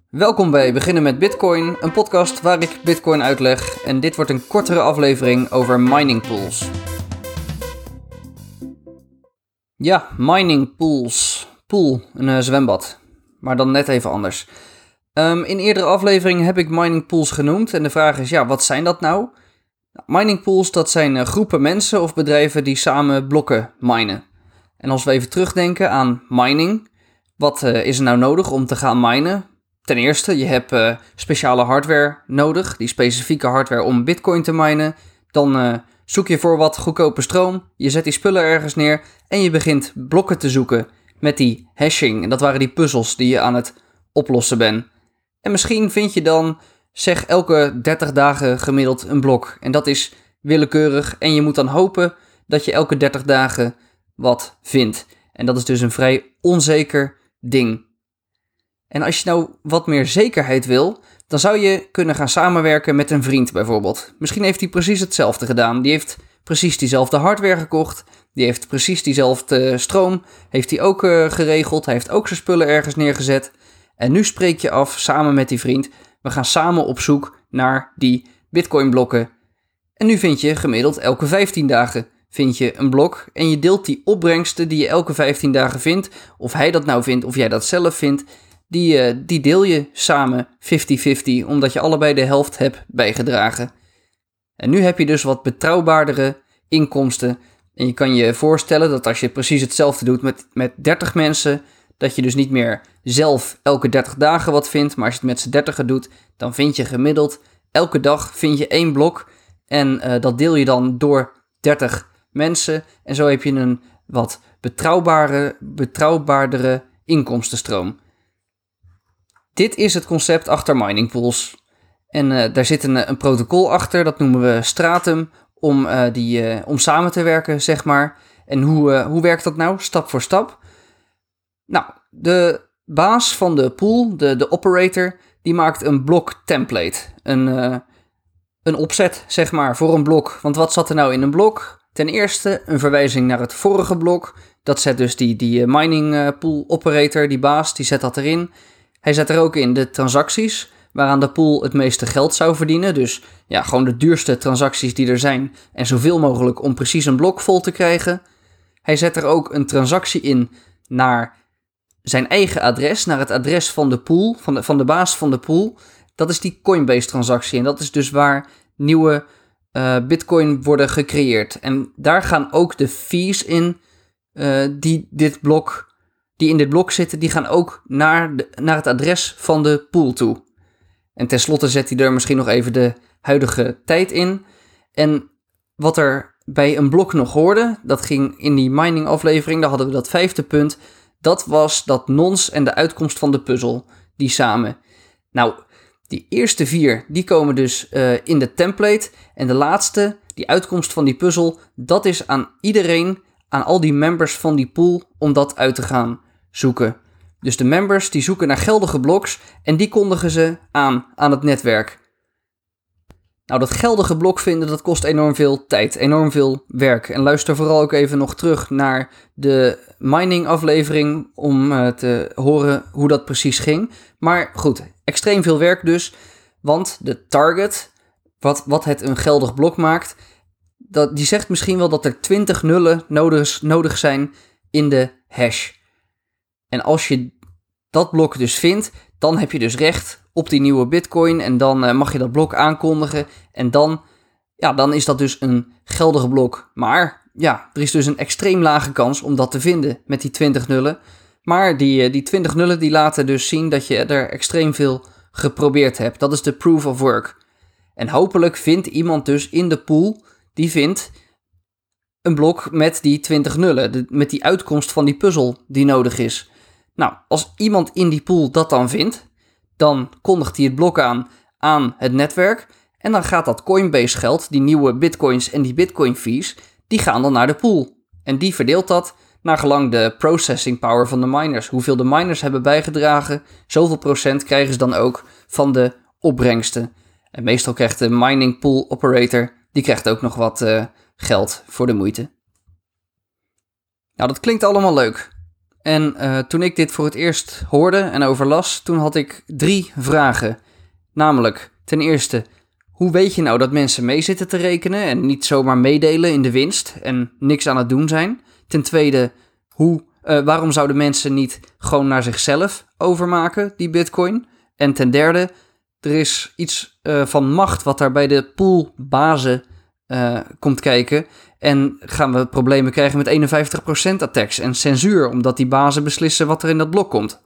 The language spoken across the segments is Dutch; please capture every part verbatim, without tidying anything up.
Welkom bij Beginnen met Bitcoin, een podcast waar ik Bitcoin uitleg en dit wordt een kortere aflevering over mining pools. Ja, mining pools. Pool, een uh, zwembad, maar dan net even anders. Um, in eerdere afleveringen heb ik mining pools genoemd en de vraag is, ja, wat zijn dat nou? Mining pools, dat zijn uh, groepen mensen of bedrijven die samen blokken minen. En als we even terugdenken aan mining, wat uh, is er nou nodig om te gaan minen? Ten eerste, je hebt uh, speciale hardware nodig, die specifieke hardware om bitcoin te minen. Dan uh, zoek je voor wat goedkope stroom, je zet die spullen ergens neer en je begint blokken te zoeken met die hashing. En dat waren die puzzels die je aan het oplossen bent. En misschien vind je dan, zeg, elke dertig dagen gemiddeld een blok. En dat is willekeurig en je moet dan hopen dat je elke dertig dagen wat vindt. En dat is dus een vrij onzeker ding. En als je nou wat meer zekerheid wil, dan zou je kunnen gaan samenwerken met een vriend bijvoorbeeld. Misschien heeft hij precies hetzelfde gedaan. Die heeft precies diezelfde hardware gekocht. Die heeft precies diezelfde stroom. Heeft hij ook uh, geregeld. Hij heeft ook zijn spullen ergens neergezet. En nu spreek je af samen met die vriend. We gaan samen op zoek naar die bitcoin blokken. En nu vind je gemiddeld elke vijftien dagen vind je een blok. En je deelt die opbrengsten die je elke vijftien dagen vindt. Of hij dat nou vindt of jij dat zelf vindt. Die, uh, die deel je samen vijftig vijftig, omdat je allebei de helft hebt bijgedragen. En nu heb je dus wat betrouwbaardere inkomsten. En je kan je voorstellen dat als je precies hetzelfde doet met, met dertig mensen, dat je dus niet meer zelf elke dertig dagen wat vindt, maar als je het met z'n dertigen doet, dan vind je gemiddeld elke dag vind je één blok. En uh, dat deel je dan door dertig mensen. En zo heb je een wat betrouwbare, betrouwbaardere inkomstenstroom. Dit is het concept achter mining pools. En uh, daar zit een, een protocol achter, dat noemen we Stratum, om, uh, die, uh, om samen te werken, zeg maar. En hoe, uh, hoe werkt dat nou, stap voor stap? Nou, de baas van de pool, de, de operator, die maakt een blok template. Een, uh, een opzet, zeg maar, voor een blok. Want wat zat er nou in een blok? Ten eerste een verwijzing naar het vorige blok. Dat zet dus die, die mining uh, pool operator, die baas, die zet dat erin. Hij zet er ook in de transacties waaraan de pool het meeste geld zou verdienen. Dus ja, gewoon de duurste transacties die er zijn en zoveel mogelijk om precies een blok vol te krijgen. Hij zet er ook een transactie in naar zijn eigen adres, naar het adres van de pool, van de, van de baas van de pool. Dat is die Coinbase transactie en dat is dus waar nieuwe uh, bitcoin worden gecreëerd. En daar gaan ook de fees in uh, die dit blok... die in dit blok zitten, die gaan ook naar, de, naar het adres van de pool toe. En tenslotte zet hij er misschien nog even de huidige tijd in. En wat er bij een blok nog hoorde, dat ging in die mining aflevering, daar hadden we dat vijfde punt, dat was dat nons en de uitkomst van de puzzel, die samen. Nou, die eerste vier, die komen dus uh, in de template. En de laatste, die uitkomst van die puzzel, dat is aan iedereen, aan al die members van die pool, om dat uit te gaan zoeken. Dus de members die zoeken naar geldige bloks en die kondigen ze aan aan het netwerk. Nou, dat geldige blok vinden, dat kost enorm veel tijd, enorm veel werk. En luister vooral ook even nog terug naar de mining aflevering om uh, te horen hoe dat precies ging. Maar goed, extreem veel werk dus, want de target, wat, wat het een geldig blok maakt, dat, die zegt misschien wel dat er twintig nullen nodig, nodig zijn in de hash. En als je dat blok dus vindt, dan heb je dus recht op die nieuwe bitcoin en dan uh, mag je dat blok aankondigen en dan, ja, dan is dat dus een geldige blok. Maar ja, er is dus een extreem lage kans om dat te vinden met die twintig nullen. Maar die, uh, die twintig nullen die laten dus zien dat je er extreem veel geprobeerd hebt. Dat is de proof of work. En hopelijk vindt iemand dus in de pool, die vindt een blok met die twintig nullen, de, met die uitkomst van die puzzel die nodig is. Nou, als iemand in die pool dat dan vindt, dan kondigt hij het blok aan aan het netwerk en dan gaat dat Coinbase geld, die nieuwe bitcoins en die bitcoin fees, die gaan dan naar de pool. En die verdeelt dat naar gelang de processing power van de miners. Hoeveel de miners hebben bijgedragen, zoveel procent krijgen ze dan ook van de opbrengsten. En meestal krijgt de mining pool operator, die krijgt ook nog wat uh, geld voor de moeite. Nou, dat klinkt allemaal leuk. En uh, toen ik dit voor het eerst hoorde en overlas, toen had ik drie vragen. Namelijk, ten eerste, hoe weet je nou dat mensen mee zitten te rekenen en niet zomaar meedelen in de winst en niks aan het doen zijn? Ten tweede, hoe, uh, waarom zouden mensen niet gewoon naar zichzelf overmaken, die bitcoin? En ten derde, er is iets uh, van macht wat daar bij de poolbazen uh, komt kijken. En gaan we problemen krijgen met eenenvijftig procent attacks en censuur, omdat die bazen beslissen wat er in dat blok komt.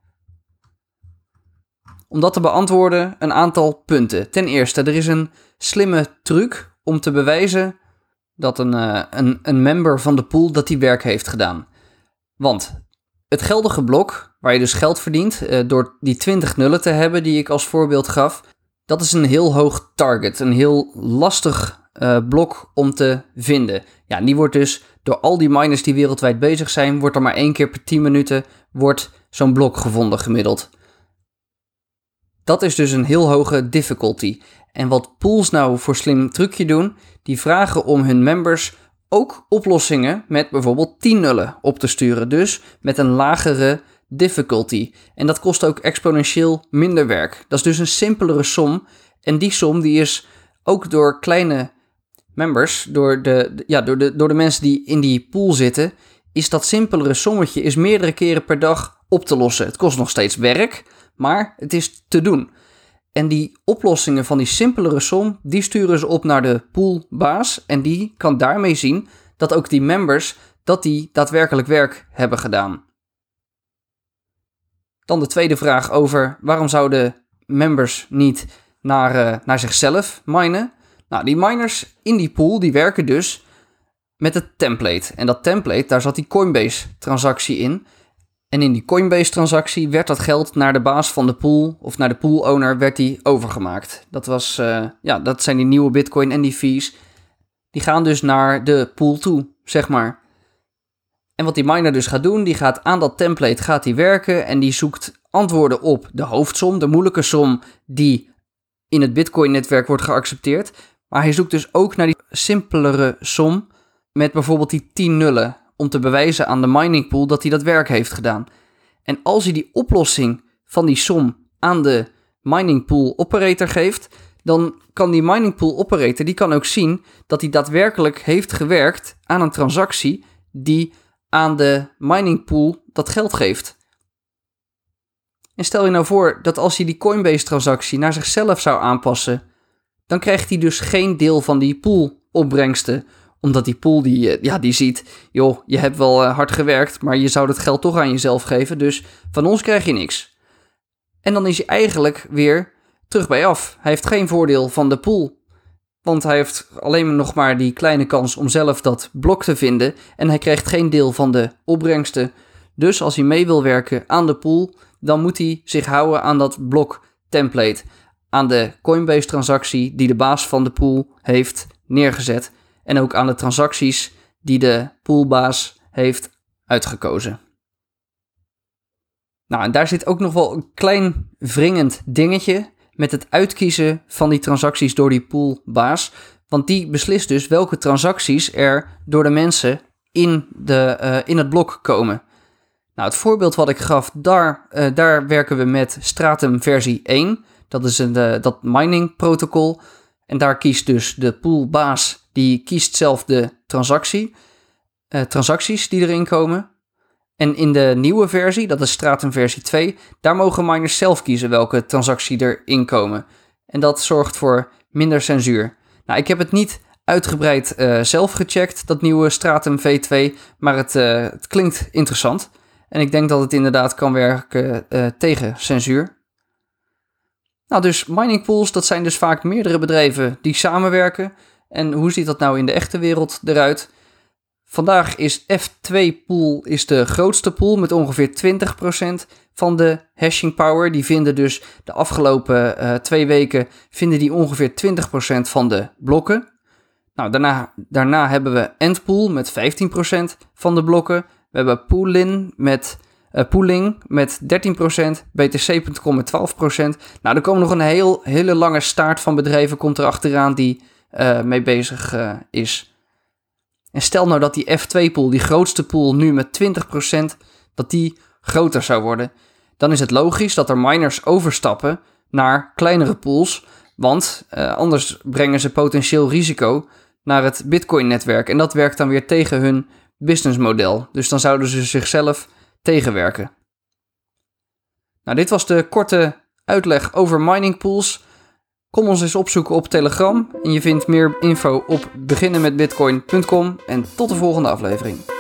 Om dat te beantwoorden, een aantal punten. Ten eerste, er is een slimme truc om te bewijzen dat een, uh, een, een member van de pool dat die werk heeft gedaan. Want het geldige blok, waar je dus geld verdient uh, door die twintig nullen te hebben die ik als voorbeeld gaf, dat is een heel hoog target, een heel lastig uh, blok om te vinden. Ja, die wordt dus door al die miners die wereldwijd bezig zijn, wordt er maar één keer per tien minuten wordt zo'n blok gevonden gemiddeld. Dat is dus een heel hoge difficulty. En wat pools nou voor slim trucje doen, die vragen om hun members ook oplossingen met bijvoorbeeld tien nullen op te sturen. Dus met een lagere difficulty. En dat kost ook exponentieel minder werk. Dat is dus een simpelere som. En die som die is ook door kleine members, door de, ja, door de, door de mensen die in die pool zitten, is dat simpelere sommetje is meerdere keren per dag op te lossen. Het kost nog steeds werk, maar het is te doen. En die oplossingen van die simpelere som, die sturen ze op naar de poolbaas. En die kan daarmee zien dat ook die members, dat die daadwerkelijk werk hebben gedaan. Dan de tweede vraag over waarom zouden members niet naar, uh, naar zichzelf minen. Nou, die miners in die pool, die werken dus met het template. En dat template, daar zat die Coinbase-transactie in. En in die Coinbase-transactie werd dat geld naar de baas van de pool, of naar de pool-owner, werd die overgemaakt. Dat, was, uh, ja, dat zijn die nieuwe bitcoin en die fees. Die gaan dus naar de pool toe, zeg maar. En wat die miner dus gaat doen, die gaat aan dat template gaat die werken en die zoekt antwoorden op de hoofdsom, de moeilijke som die in het Bitcoin-netwerk wordt geaccepteerd. Maar hij zoekt dus ook naar die simpelere som met bijvoorbeeld die tien nullen, om te bewijzen aan de mining pool dat hij dat werk heeft gedaan. En als hij die oplossing van die som aan de mining pool operator geeft, dan kan die mining pool operator, die kan ook zien dat hij daadwerkelijk heeft gewerkt aan een transactie die aan de mining pool dat geld geeft. En stel je nou voor dat als hij die Coinbase-transactie naar zichzelf zou aanpassen, dan krijgt hij dus geen deel van die pool-opbrengsten. Omdat die pool, die, ja, die ziet, joh, je hebt wel hard gewerkt, maar je zou dat geld toch aan jezelf geven, dus van ons krijg je niks. En dan is hij eigenlijk weer terug bij af. Hij heeft geen voordeel van de pool. Want hij heeft alleen nog maar die kleine kans om zelf dat blok te vinden. En hij krijgt geen deel van de opbrengsten. Dus als hij mee wil werken aan de pool, dan moet hij zich houden aan dat blok template. Aan de Coinbase transactie die de baas van de pool heeft neergezet. En ook aan de transacties die de poolbaas heeft uitgekozen. Nou, en daar zit ook nog wel een klein wringend dingetje met het uitkiezen van die transacties door die poolbaas. Want die beslist dus welke transacties er door de mensen in, de, uh, in het blok komen. Nou, het voorbeeld wat ik gaf, daar, uh, daar werken we met Stratum versie één. Dat is een, uh, dat mining protocol. En daar kiest dus de poolbaas, die kiest zelf de transactie, uh, transacties die erin komen. En in de nieuwe versie, dat is Stratum versie twee, daar mogen miners zelf kiezen welke transactie erin komen. En dat zorgt voor minder censuur. Nou, ik heb het niet uitgebreid uh, zelf gecheckt, dat nieuwe Stratum V twee, maar het, uh, het klinkt interessant. En ik denk dat het inderdaad kan werken uh, tegen censuur. Nou, dus mining pools, dat zijn dus vaak meerdere bedrijven die samenwerken. En hoe ziet dat nou in de echte wereld eruit? Vandaag is F twee pool is de grootste pool met ongeveer twintig procent van de hashing power. Die vinden dus de afgelopen uh, twee weken vinden die ongeveer twintig procent van de blokken. Nou, daarna, daarna hebben we Endpool met vijftien procent van de blokken. We hebben Poolin met, uh, Pooling met dertien procent, B T C punt com met twaalf procent. Nou, er komen nog een heel, hele lange staart van bedrijven komt er achteraan die uh, mee bezig uh, is. En stel nou dat die F twee pool, die grootste pool, nu met twintig procent dat die groter zou worden. Dan is het logisch dat er miners overstappen naar kleinere pools, want uh, anders brengen ze potentieel risico naar het Bitcoin-netwerk. En dat werkt dan weer tegen hun businessmodel. Dus dan zouden ze zichzelf tegenwerken. Nou, dit was de korte uitleg over mining pools. Kom ons eens opzoeken op Telegram en je vindt meer info op beginnenmetbitcoin punt com en tot de volgende aflevering.